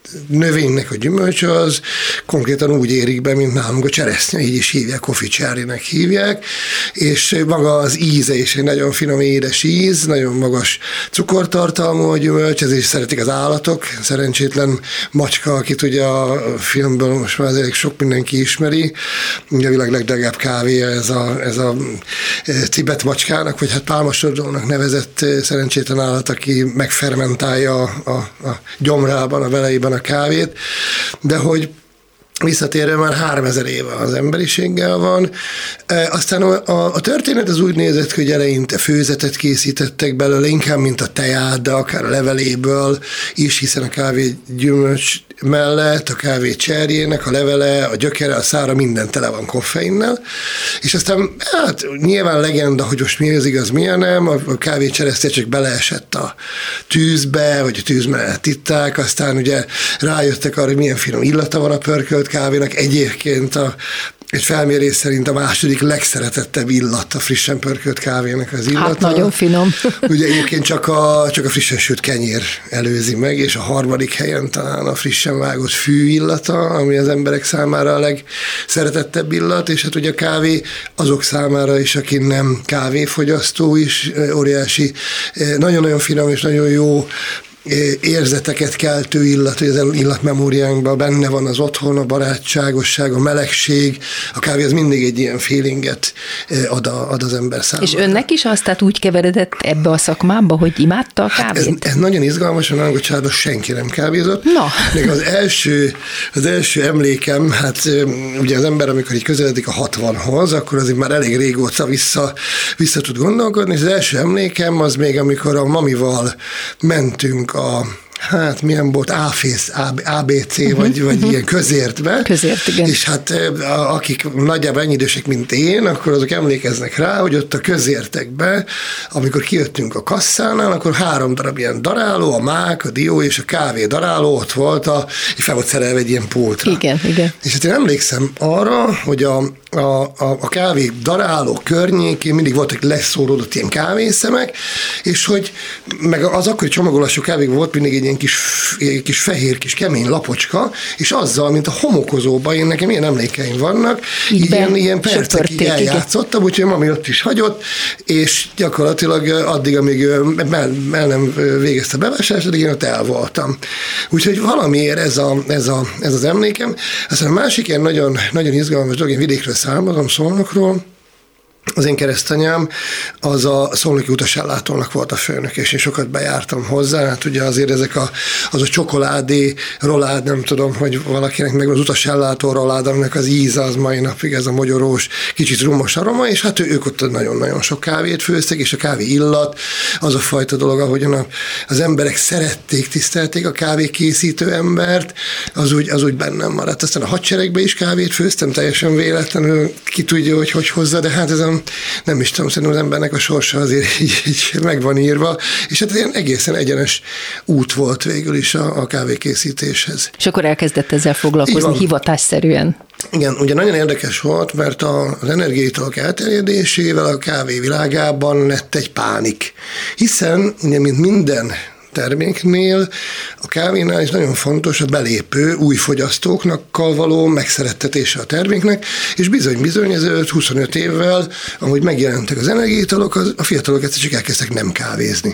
növénynek a gyümölcse az konkrétan úgy érik be, mint nálunk a cseresznye, így is hívják, coffee cherrynek hívják, és maga az íze is egy nagyon finom édes íz, nagyon magas cukortartalmú a gyümölcs, ezért is szeretik az állatok, szerencsétlen macska, akit ugye a filmből most már azért sok mindenki ismeri, ugye a világ legdrágább kávéja ez a Tibet macskának, vagy hát pálmasodrónak nevezett szerencsétlen állat, aki megfermentálja a gyomrában, a velejében a kávét, de hogy visszatérve már 3000 éve az emberiséggel van. Aztán a történet az úgy nézett, hogy eleinte főzetet készítettek belőle, inkább mint a teját, de akár a leveléből is, hiszen a kávé gyümölcs mellett, a kávé cserjének, a levele, a gyökere, a szára, minden tele van koffeinnel. És aztán hát nyilván legenda, hogy most mi az igaz, mi a nem, a kávé cseresznye csak beleesett a tűzbe, vagy a tűz mellett itták, aztán ugye rájöttek arra, hogy milyen finom illata van a pörkölt kávénak. Egyébként egy felmérés szerint a második legszeretettebb illat a frissen pörkölt kávénak az illata. Hát nagyon finom. Ugye egyébként csak a frissen sült kenyér előzi meg, és a harmadik helyen talán a frissen vágott fű illata, ami az emberek számára a legszeretettebb illat, és hát ugye a kávé azok számára is, aki nem kávéfogyasztó is, óriási, nagyon-nagyon finom és nagyon jó érzeteket keltő illat, hogy az illatmemóriánkban benne van az otthon, a barátságosság, a melegség, a kávé az mindig egy ilyen feelinget ad az ember számára. És önnek is azt, tehát úgy keveredett ebbe a szakmába, hogy imádta a kávét? Hát ez nagyon izgalmas, a nálunk családban senki nem kávézott. Na. Még az első emlékem, hát ugye az ember, amikor így közeledik a 60-hoz, akkor azért már elég régóta vissza tud gondolkodni, és az első emlékem az még, amikor a mamival mentünk hát milyen volt, ABC, vagy ilyen közértbe. Közért, igen. És hát akik nagyjából ennyi idősek, mint én, akkor azok emlékeznek rá, hogy ott a közértekbe, amikor kijöttünk a kasszánál, akkor 3 darab ilyen daráló, a mák, a dió és a kávé daráló ott volt, és fel volt szerelve egy ilyen pultra. Igen. És hát én emlékszem arra, hogy a kávé daráló környékén mindig voltak leszóródott ilyen kávészemek, és hogy meg az akkori csomagolású kávék volt mindig egy ilyen kis fehér, kis kemény lapocska, és azzal, mint a homokozóban, én nekem ilyen emlékeim vannak, ilyen percekig eljátszottam, úgyhogy mami ott is hagyott, és gyakorlatilag addig, amíg el nem végezte a bevásárlást, addig én ott el voltam. Úgyhogy valamiért ez az emlékem. Aztán a másik ilyen nagyon, nagyon izgalmas dolog, én vidékről származom, Szolnokról. Az én keresztanyám az a szolnoki utasállátónak volt a főnök, és én sokat bejártam hozzá, hát ugye azért az a csokoládé, rolád, nem tudom, hogy valakinek meg az utasellátó rolád, aminek az íze az mai napig, ez a mogyorós, kicsit rumos aroma, és hát ők ott nagyon-nagyon sok kávét főztek, és a kávé illat, az a fajta dolog, ahogyan az emberek szerették, tisztelték a kávékészítő embert, az úgy bennem maradt. Aztán a hadseregbe is kávét főztem, teljesen véletlenül, ki tudja, hogy hozza, de hát ez nem is tudom, szerintem az embernek a sorsa azért így meg van írva, és hát ilyen egészen egyenes út volt végül is a kávékészítéshez. És akkor elkezdett ezzel foglalkozni hivatásszerűen. Igen, ugye nagyon érdekes volt, mert az energiaitalok elterjedésével a kávé világában lett egy pánik. Hiszen, ugye, mint minden terméknél, a kávénál is nagyon fontos a belépő új fogyasztóknakkal való megszerettetése a terméknek, és bizony ez 25 évvel, ahogy megjelentek az energiaitalok, a fiatalok egyszer csak elkezdtek nem kávézni.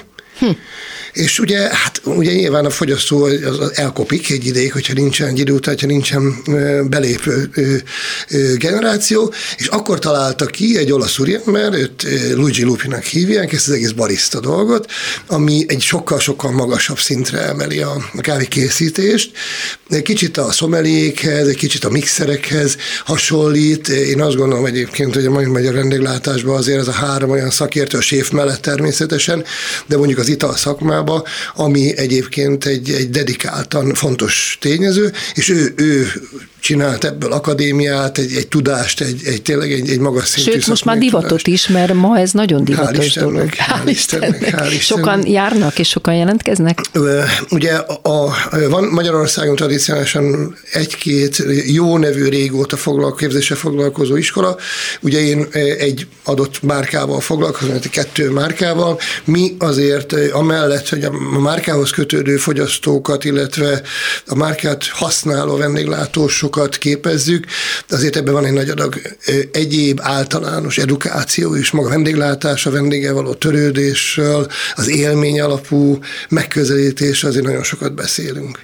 És ugye nyilván a fogyasztó az elkopik egy ideig, hogyha nincsen egy idő után, hogyha nincsen belépő generáció, és akkor találta ki egy olasz úriember, őt Luigi Lupinak hívják, ezt az egész barista dolgot, ami egy sokkal-sokkal magasabb szintre emeli a kávékészítést. Kicsit a szomeliékhez, egy kicsit a mixerekhez hasonlít. Én azt gondolom egyébként, hogy a magyar vendéglátásban azért ez a 3 olyan szakértő, a séf mellett természetesen, de mondjuk az ital szakmában, ami egyébként egy dedikáltan fontos tényező, és ő csinált ebből akadémiát, egy tudást, tényleg egy magas szintű. Sőt, most már divatot is, mert ma ez nagyon divatos dolog. Hál' Istennek. Sokan járnak, és sokan jelentkeznek? Ugye van Magyarországon tradicionálisan 1-2 jó nevű régóta képzéssel foglalkozó iskola. Ugye én egy adott márkával foglalkozom, 2 márkával. Mi azért amellett, hogy a márkához kötődő fogyasztókat, illetve a márkát használó vendéglátósokat képezzük, azért ebben van egy nagy adag egyéb általános edukáció is, maga vendéglátás, a vendéggel való törődésről, az élmény alapú megközelítés, azért nagyon sokat beszélünk.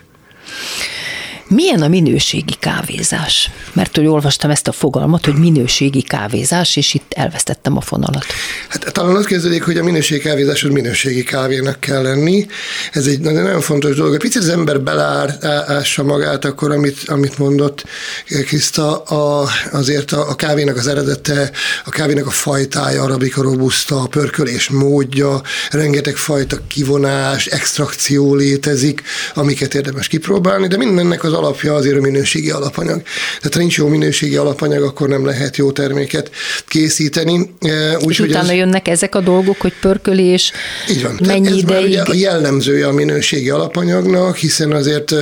Milyen a minőségi kávézás? Mert hogy olvastam ezt a fogalmat, hogy minőségi kávézás, és itt elvesztettem a fonalat. Hát talán az kezdődik, hogy a minőségi kávézáshoz minőségi kávénak kell lenni. Ez egy nagyon fontos dolog. Picit az ember belássa magát akkor, amit mondott Kriszta, azért a kávénak az eredete, a kávénak a fajtája, arabika, robusta, a pörkölés módja, rengeteg fajta kivonás, extrakció létezik, amiket érdemes kipróbálni, de mindennek az alapja azért a minőségi alapanyag. Tehát ha nincs jó minőségi alapanyag, akkor nem lehet jó terméket készíteni. És utána jönnek ezek a dolgok, hogy pörkölés, így van. mennyi ez ideig? A jellemzője a minőségi alapanyagnak, hiszen azért,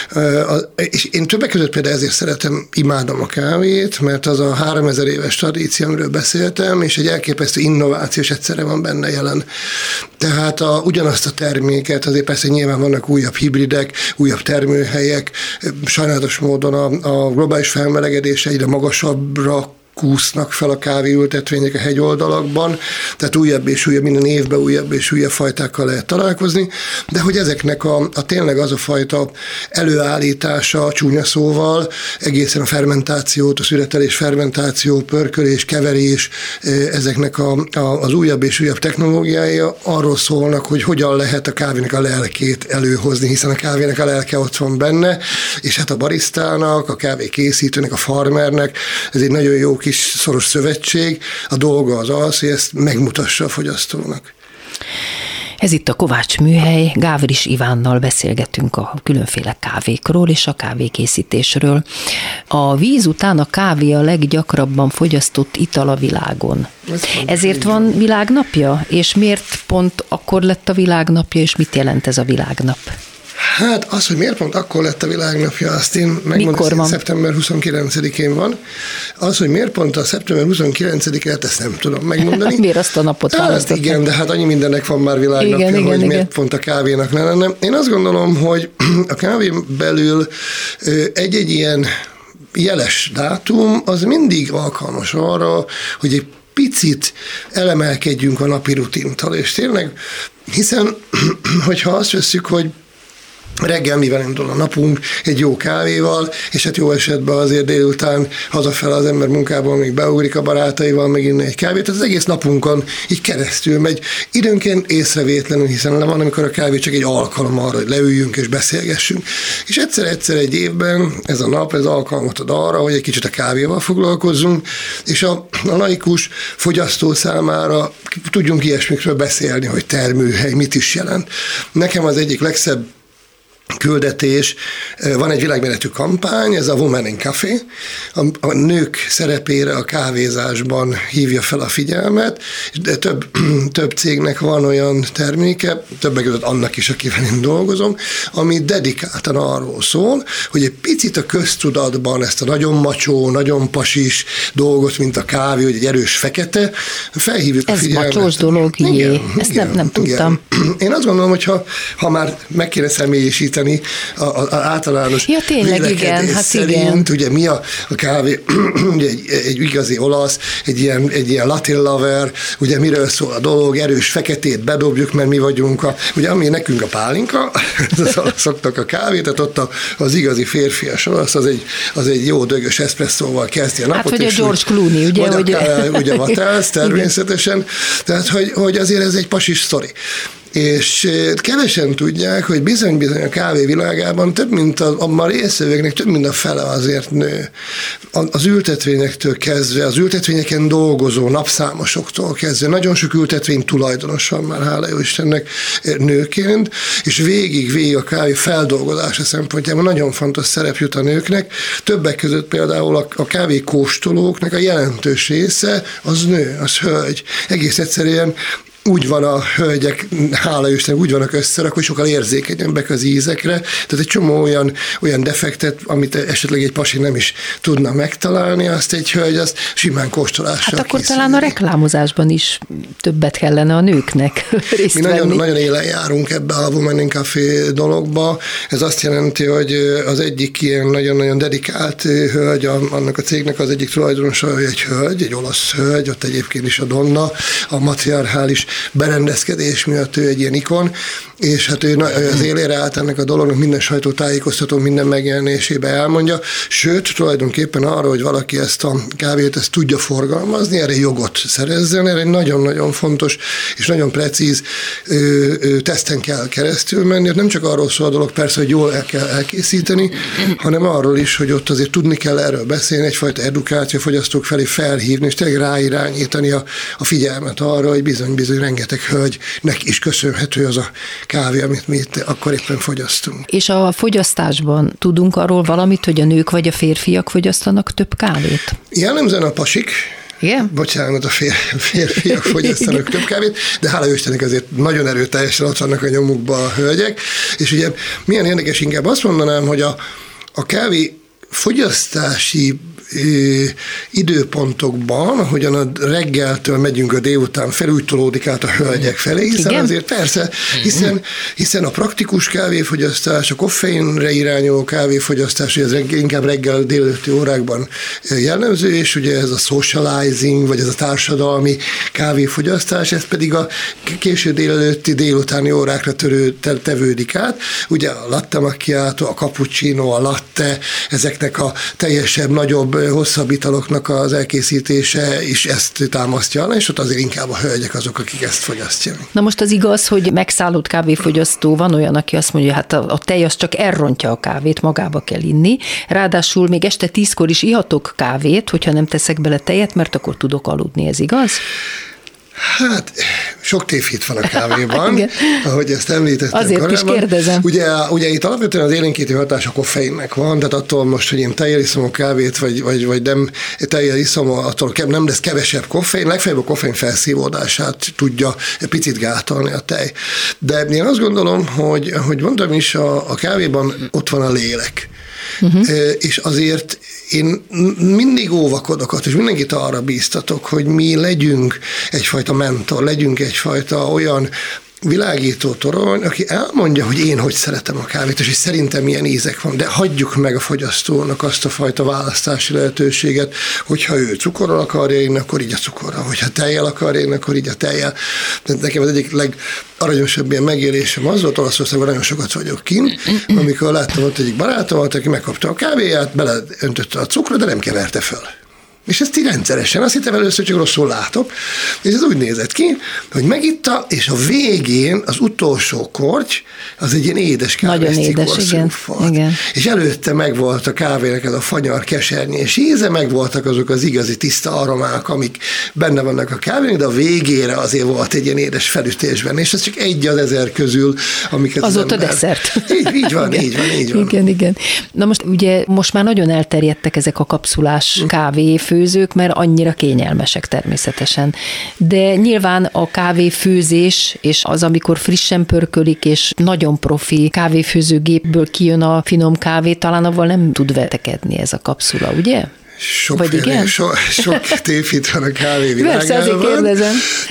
és én többek között például ezért imádom a kávét, mert az a 3000 éves tradíció, amiről beszéltem, és egy elképesztő innováció, és egyszerre van benne jelen. Tehát ugyanazt a terméket, azért persze nyilván vannak újabb hibridek, újabb termőhelyek, sajnálatos módon a globális felmelegedés egyre magasabbra kúsznak fel a kávéültetvények a hegyoldalakban, tehát újabb és újabb, minden évben újabb és újabb fajtákkal lehet találkozni, de hogy ezeknek a tényleg az a fajta előállítása, csúnya szóval, egészen a fermentációt, a szüretelés, fermentáció, pörkölés, keverés, ezeknek az újabb és újabb technológiái arról szólnak, hogy hogyan lehet a kávének a lelkét előhozni, hiszen a kávének a lelke ott van benne, és hát a barisztának, a kávékészítőnek, a farmernek, ez egy nagyon jó kis szoros szövetség, a dolga az, hogy ezt megmutassa a fogyasztónak. Ez itt a Kovács Műhely, Gávris Ivánnal beszélgetünk a különféle kávékról és a kávékészítésről. A víz után a kávé a leggyakrabban fogyasztott ital a világon. Ezért van világnapja? És miért pont akkor lett a világnapja, és mit jelent ez a világnap? Hát az, hogy miért pont akkor lett a világnapja, azt én megmondom, hogy szeptember 29-én van. Az, hogy miért pont a szeptember 29-et, ezt nem tudom megmondani. Miért azt a napot választották? Igen, de hát annyi mindennek van már világnapja, hogy miért pont a kávénak ne lenne. Én azt gondolom, hogy a kávén belül egy-egy ilyen jeles dátum, az mindig alkalmas arra, hogy egy picit elemelkedjünk a napi rutintól, és tényleg, hiszen, hogyha azt vesszük, hogy reggel mivel indul a napunk, egy jó kávéval, és hát jó esetben azért délután hazafele az ember munkából még beugrik a barátaival, meginni egy kávét, az egész napunkon így keresztül megy. Időnként észrevétlenül, hiszen van, amikor a kávé csak egy alkalom arra, hogy leüljünk és beszélgessünk. És egyszer egy évben ez a nap, ez alkalmat ad arra, hogy egy kicsit a kávéval foglalkozzunk, és a laikus fogyasztó számára tudjunk ilyesmikről beszélni, hogy termőhely mit is jelent. Nekem az egyik legszebb küldetés, van egy világméretű kampány, ez a Women in Café, a nők szerepére a kávézásban hívja fel a figyelmet, de több cégnek van olyan terméke, többek között annak is, akivel én dolgozom, ami dedikáltan arról szól, hogy egy picit a köztudatban ezt a nagyon macsó, nagyon pasis dolgot, mint a kávé, hogy egy erős fekete, felhívjuk a figyelmet. Ez macsós dolog, ezt nem tudtam. Én azt gondolom, hogy ha már meg kéne személyisíteni az általános vélekedés szerint, ugye mi a kávé, ugye egy igazi olasz, egy ilyen latin lover, ugye miről szól a dolog, erős feketét bedobjuk, mert mi vagyunk ugye ami nekünk a pálinka, az olaszoknak a kávé, tehát ott az igazi férfias olasz, az egy jó dögös eszpresszóval kezdi a napot. Hát, vagy a George Clooney, ugye? Ugye Vattelsz, természetesen, tehát, hogy azért ez egy pasis sztori. És kevesen tudják, hogy bizony a kávé világában több, mint a résztvevőknek több, mint a fele azért nő. Az ültetvényektől kezdve, az ültetvényeken dolgozó napszámosoktól kezdve, nagyon sok ültetvény tulajdonos van már, hála jó Istennek, nőként, és végig a kávé feldolgozása szempontjából nagyon fontos szerep jut a nőknek. Többek között például a kávé kóstolóknak a jelentős része az nő, az hölgy. Egész egyszerűen úgy van a hölgyek, hála Isten, úgy vannak összerakva, hogy sokkal érzékenyebbek az ízekre, tehát egy csomó olyan defektet, amit esetleg egy pasi nem is tudna megtalálni, azt egy hölgy, azt simán kóstolással Hát akkor készül. talán a reklámozásban is többet kellene a nőknek részt Mi venni. nagyon élen járunk ebbe a Women in Café dologba. Ez azt jelenti, hogy az egyik ilyen nagyon-nagyon dedikált hölgy, annak a cégnek az egyik tulajdonosa, egy hölgy, egy olasz hölgy, ott egyébként is a Donna, a matriarchális berendezkedés miatt ő egy ilyen ikon, és hát ő az élére állt ennek a dolognak, minden sajtótájékoztató, minden megjelenésébe elmondja, sőt, tulajdonképpen arra, hogy valaki ezt a kávét ezt tudja forgalmazni, erre jogot szerezzen, erre egy nagyon-nagyon fontos és nagyon precíz teszten kell keresztül menni. Nem csak arról szól a dolog, persze, hogy jól el kell elkészíteni, hanem arról is, hogy ott azért tudni kell erről beszélni, egyfajta edukáció fogyasztók felé felhívni, és tényleg ráirányítani a figyelmet arra, hogy bizony rengeteg hölgynek is köszönhető az a kávé, amit mi itt akkor éppen fogyasztunk. És a fogyasztásban tudunk arról valamit, hogy a nők vagy a férfiak fogyasztanak több kávét? Jellemzően a pasik, igen? Bocsánat, a férfiak fogyasztanak több kávét, de hála Istennek azért nagyon erőteljesen ott vannak a nyomukba a hölgyek, és ugye milyen érdekes, inkább azt mondanám, hogy a kávé fogyasztási időpontokban, ahogyan a reggeltől megyünk a délután fel, úgy tolódik át a hölgyek felé, hiszen igen? Azért persze, hiszen a praktikus kávéfogyasztás, a koffeinre irányuló kávéfogyasztás, ez inkább reggel délelőtti órákban jellemző, és ugye ez a socializing, vagy ez a társadalmi kávéfogyasztás, ez pedig a késő délelőtti délutáni órákra tevődik át. Ugye a latte macchiato, a cappuccino, a latte, ezeknek a teljesebb, nagyobb, hosszabb italoknak az elkészítése is ezt támasztja alá, és ott azért inkább a hölgyek azok, akik ezt fogyasztják. Na most az igaz, hogy megszállott kávéfogyasztó van olyan, aki azt mondja, hát a tej az csak elrontja a kávét, magába kell inni. Ráadásul még este 10-kor is ihatok kávét, hogyha nem teszek bele tejet, mert akkor tudok aludni, ez igaz? Hát, sok tévhit van a kávéban, ahogy ezt említettem azért korábban. Is kérdezem. Ugye itt alapvetően az élénkítő hatás a koffeinnek van, tehát attól most, hogy én tejjel iszom a kávét, vagy nem tejjel iszom, attól nem lesz kevesebb koffein, legfeljebb a koffein felszívódását tudja picit gátolni a tej. De én azt gondolom, hogy mondtam is, a kávéban ott van a lélek. És azért én mindig óvakodok, és mindenkit arra bíztatok, hogy mi legyünk egyfajta mentor, legyünk egyfajta olyan világító torony, aki elmondja, hogy én hogy szeretem a kávét, és hogy szerintem milyen ízek van, de hagyjuk meg a fogyasztónak azt a fajta választási lehetőséget, hogyha ő cukorral akarja inni, akkor így a cukorral, hogyha tejjel akarja inni, akkor így a tejjel. De nekem az egyik legaranyosabb ilyen megélésem az volt, Olaszországban nagyon sokat vagyok kint, amikor láttam ott egyik barátomat, aki megkapta a kávéját, beleöntötte a cukrot, de nem keverte föl. És ezt így rendszeresen, azt hittem először csak rosszul látok, és ez úgy nézett ki, hogy megitta, és a végén az utolsó korty, az egy ilyen édes kávésztikorszúf volt. Igen. És előtte megvolt a kávének ez a fanyar, kesernyés íze, megvoltak azok az igazi tiszta aromák, amik benne vannak a kávének, de a végére azért volt egy ilyen édes felütésben, és ez csak egy az 1000 közül, amiket az ott a desszert. Így van. Igen. Na most már nagyon elterjedtek ezek a kapszulás kávéfőzők, mert annyira kényelmesek természetesen. De nyilván a kávéfőzés, és az, amikor frissen pörkölik, és nagyon profi kávéfőzőgépből kijön a finom kávé, talán avval nem tud vetekedni ez a kapszula, ugye? Sok tévhit van a kávé világában. Persze, azért kérdezem.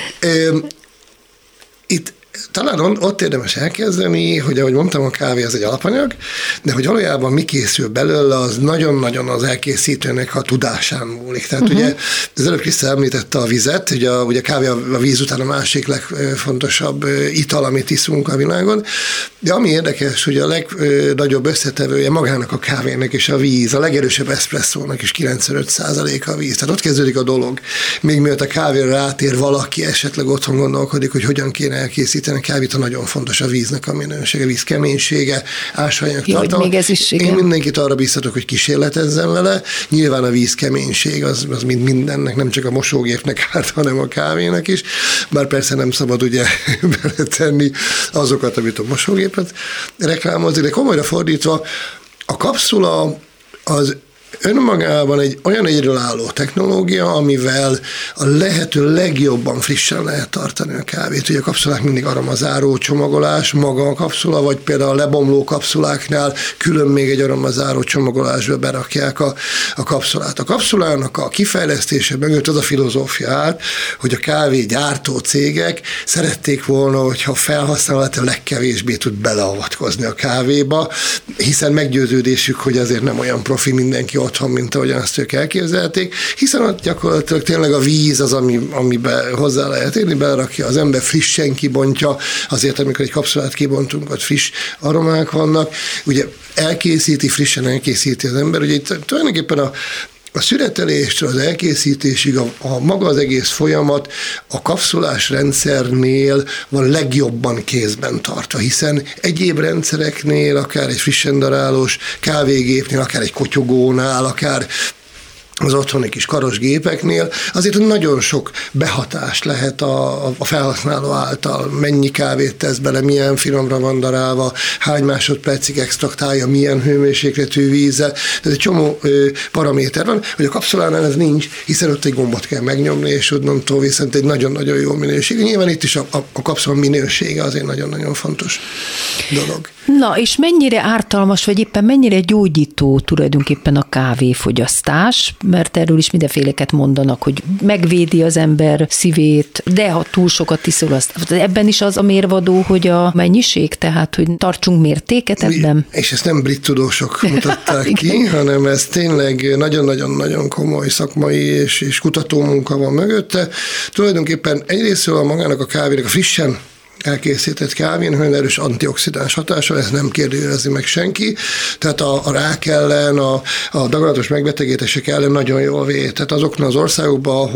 Itt talán ott érdemes elkezdeni, hogy ahogy mondtam, a kávé az egy alapanyag, de hogy valójában mi készül belőle, az nagyon-nagyon az elkészítőnek a tudásán múlik. Tehát ugye az előbb Kriszta említette a vizet, ugye a kávé a víz után a másik legfontosabb ital, amit iszunk a világon, de ami érdekes, hogy a legnagyobb összetevője magának a kávének és a víz, a legerősebb eszpresszónak is 95% a víz. Tehát ott kezdődik a dolog. Még mielőtt a kávéra rátér valaki, esetleg otthon gondolkodik, hogy hogyan kéne elkészíteni kávét, nagyon fontos a víznek a minősége, víz keménysége, ásványanyag tartalma. Még ez is, igen. Én mindenkit arra biztatok, hogy kísérletezzen vele. Nyilván a víz keménység az mindennek, nem csak a mosógépnek árt, hanem a kávénak is. Bár persze nem szabad ugye beletenni azokat, amit a mosógépet reklámozik, de komolyra fordítva, a kapszula az önmagában egy olyan egyedülálló technológia, amivel a lehető legjobban frissen lehet tartani a kávét. Ugye a kapszulák mindig aromazáró csomagolás, maga a kapszula, vagy például a lebomló kapszuláknál külön még egy aromazáró csomagolásba berakják a kapszulát. A kapszulának a kifejlesztése mögött az a filozófia állt, hogy a kávégyártó cégek szerették volna, hogyha a felhasználat a legkevésbé tud beleavatkozni a kávéba, hiszen meggyőződésük, hogy azért nem olyan profi mindenki otthon, mint ahogyan azt ők elképzelték, hiszen ott gyakorlatilag tényleg a víz az, amiben hozzá lehet érni, belerakja az ember, frissen kibontja, azért amikor egy kapszulát kibontunk, ott friss aromák vannak, ugye frissen elkészíti az ember, ugye itt tulajdonképpen a szüreteléstől az elkészítésig a maga az egész folyamat a kapszulás rendszernél van legjobban kézben tartva, hiszen egyéb rendszereknél, akár egy frissen darálós kávégépnél, akár egy kotyogónál, akár az otthoni kis karos gépeknél, azért nagyon sok behatás lehet a felhasználó által, mennyi kávét tesz bele, milyen finomra van darálva, hány másodpercig extraktálja, milyen hőmérsékletű vízzel, tehát egy csomó paraméter van, hogy a kapszulánál ez nincs, hiszen ott egy gombot kell megnyomni, és onnantól viszont egy nagyon-nagyon jó minőség. Nyilván itt is a kapszula minősége azért nagyon-nagyon fontos dolog. Na, és mennyire ártalmas, vagy éppen mennyire gyógyító tulajdonképpen a kávéfogyasztás, mert erről is mindenféleket mondanak, hogy megvédi az ember szívét, de ha túl sokat iszol, azt ebben is az a mérvadó, hogy a mennyiség, tehát hogy tartsunk mértéket ebben. És ezt nem brit tudósok mutatták ki, hanem ez tényleg nagyon-nagyon-nagyon komoly szakmai és kutatómunka van mögötte. Tulajdonképpen egyrésztről magának a kávénak, a frissen elkészített kávén nagyon erős antioxidáns hatása, ez nem kérdőjelezi meg senki, tehát a rák ellen, a daganatos megbetegedések ellen nagyon jól véd. Tehát azoknál az országokban,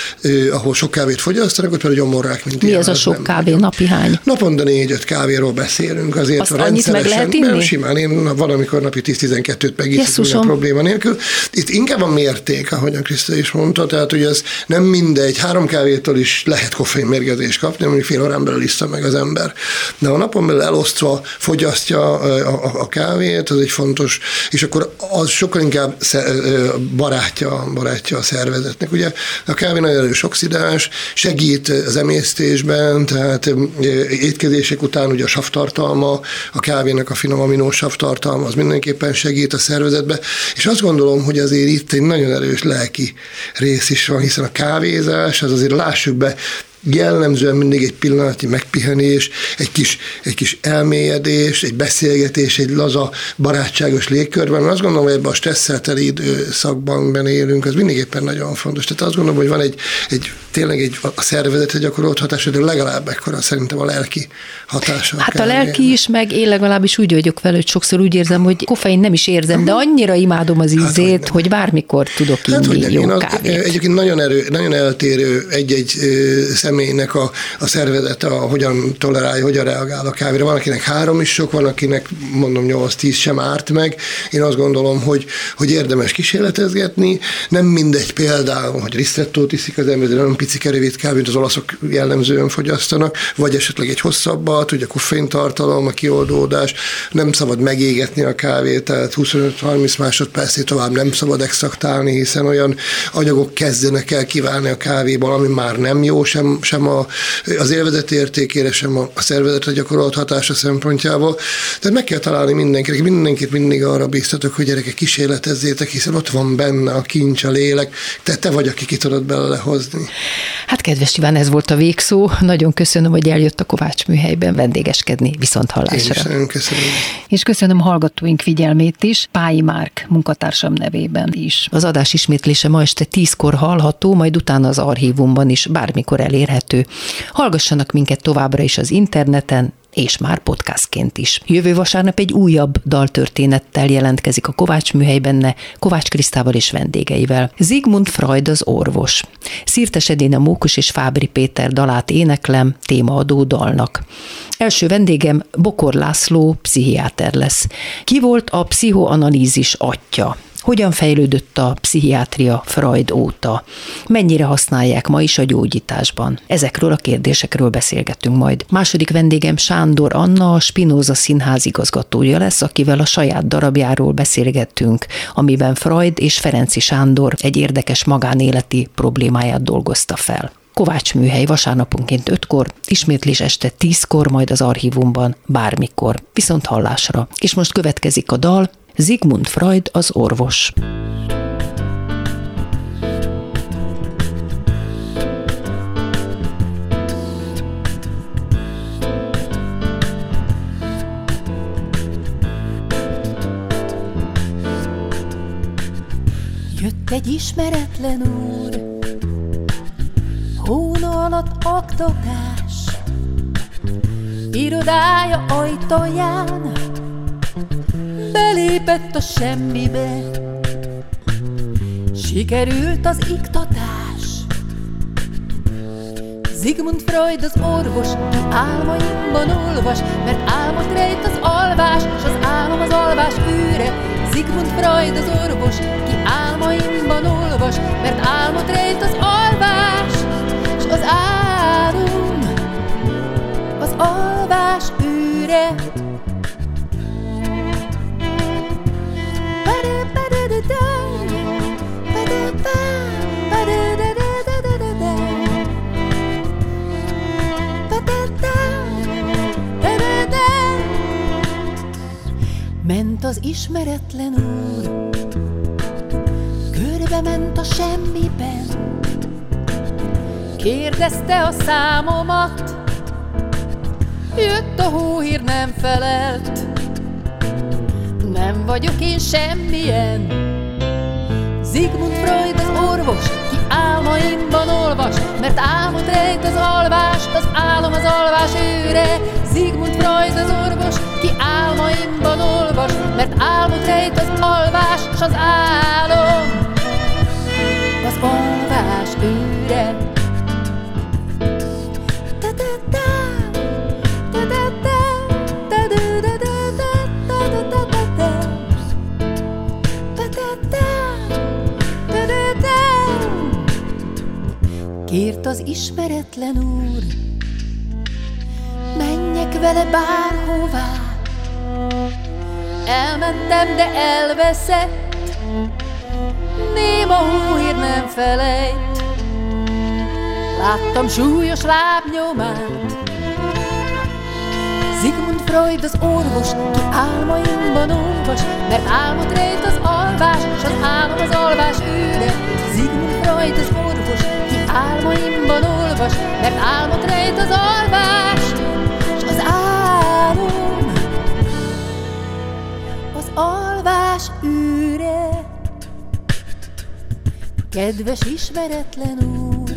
ahol sok kávét fogyasztanak, ott például gyomorrák, mint mi ez a sok kávé, napi hány? Naponta 4-5 kávéról beszélünk, azért azt annyit meg lehet inni? Simán, én valamikor napi 10-12-t megíszom, probléma nélkül. Itt inkább a mérték, ahogyan Kriszta is mondta, tehát hogy ez nem mindegy, 3 kávétól is lehet koffeinmérgezést kapni, mondjuk fél órán belül iszta meg az ember. De a napon belül elosztva fogyasztja a kávét, az egy fontos, és akkor az sokkal inkább barátja a szervezetnek. Ugye a kávé nagyon erős oxidáns, segít az emésztésben, tehát étkezések után ugye a savtartalma, a kávénak a finom aminós savtartalma, az mindenképpen segít a szervezetbe, és azt gondolom, hogy azért itt egy nagyon erős lelki rész is van, hiszen a kávézás, az azért lássuk be, jellemzően mindig egy pillanatnyi megpihenés, egy kis elmélyedés, egy beszélgetés, egy laza, barátságos légkörben. Azt gondolom, hogy ebben a stresszel teli időszakban élünk, az mindenképpen nagyon fontos. Tehát azt gondolom, hogy van tényleg a szervezetre gyakorolt hatása, de legalább ekkora szerintem a lelki hatása. Hát a lelki is, meg én legalábbis úgy vagyok vele, hogy sokszor úgy érzem, hogy koffein nem is érzem, de annyira imádom az ízét, hogy bármikor tudok inni jó kávét. Egyébként nagyon eltérő egy személynek a szervezete, hogyan tolerálja, hogyan reagál a kávéra. Van, akinek 3 is sok, van, akinek mondom 8-10 sem árt meg. Én azt gondolom, hogy érdemes kísérletezgetni. Nem mindegy például, hogy ristrettót iszik az ember, de nem picike rövid kávét az olaszok jellemzően fogyasztanak, vagy esetleg egy hosszabbat, ugye a koffeintartalom, a kioldódás, nem szabad megégetni a kávét, tehát 25-30 másodpercig tovább nem szabad extraktálni, hiszen olyan anyagok kezdenek el kiválni a kávéból, ami már nem jó, sem az élvezeti értékére, sem a szervezetre gyakorolt hatása szempontjából. Tehát meg kell találni mindenkit mindig arra bíztatok, hogy gyerekek, kísérletezzétek, hiszen ott van benne a kincs, a lélek, te vagy, aki ki tudod belőle hozni. Hát kedves Iván, ez volt a végszó. Nagyon köszönöm, hogy eljött a Kovács műhelyben vendégeskedni, viszont hallásra. Én is nagyon köszönöm. És köszönöm hallgatóink figyelmét is, Pályi Márk munkatársam nevében is. Az adás ismétlése ma este 10-kor hallható, majd utána az archívumban is bármikor elérhető. Hallgassanak minket továbbra is az interneten, és már podcastként is. Jövő vasárnap egy újabb daltörténettel jelentkezik a Kovács műhelyben, Kovács Krisztával és vendégeivel. Sigmund Freud az orvos. Szirtes Edina Mókus és Fábri Péter dalát éneklem témaadó dalnak. Első vendégem Bokor László, pszichiáter lesz. Ki volt a pszichoanalízis atya? Hogyan fejlődött a pszichiátria Freud óta? Mennyire használják ma is a gyógyításban? Ezekről a kérdésekről beszélgetünk majd. Második vendégem Sándor Anna, a Spinoza Színház igazgatója lesz, akivel a saját darabjáról beszélgettünk, amiben Freud és Ferenczy Sándor egy érdekes magánéleti problémáját dolgozta fel. Kovács Műhely vasárnaponként 5-kor, ismétlés este 10-kor, majd az archívumban bármikor. Viszont hallásra. És most következik a dal, Sigmund Freud, az orvos. Jött egy ismeretlen úr, hóna alatt aktatás, irodája ajtaján belépett a semmibe, sikerült az iktatás. Sigmund Freud az orvos, ki álmaimban olvas, mert álmot rejt az alvás, s az álom az alvás űre. Sigmund Freud az orvos, ki álmaimban olvas, mert álmot rejt az alvás, s az álom az alvás űre. Ment az ismeretlen úr, körbe ment a semmiben, kérdezte a számomat, jött a hóhír, nem felelt, nem vagyok én semmilyen. Sigmund Freud az orvos, ki álmaimban olvas, mert álmot rejt az alvást, az álom az alvás őre. Sigmund Freud az orvos, ki álmaimban olvas, mert álmot rejt az alvás, s az álom az alvás őre. Kért az ismeretlen úr, menjek vele bárhová. Elmentem, de elveszett, néma hóhír nem felejt. Láttam súlyos lábnyomát. Sigmund Freud az orvos, ki álmaimban olvas, mert álmot rejt az alvás, s az álom az alvás őre. Sigmund Freud az orvos, ki álmaimban olvas, mert álmot rejt az alvás, s az álom az alvás űre. Kedves ismeretlen úr,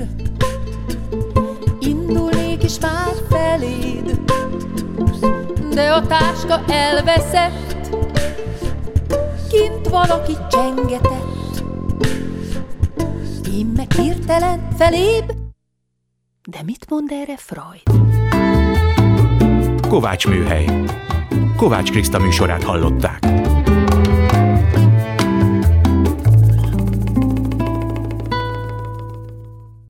indulnék is már feléd, de a táska elveszett, kint valaki csengetett, én meg hirtelen felébb. De mit mond erre Freud? Kovács Műhely. Kovács Kriszta műsorát hallották.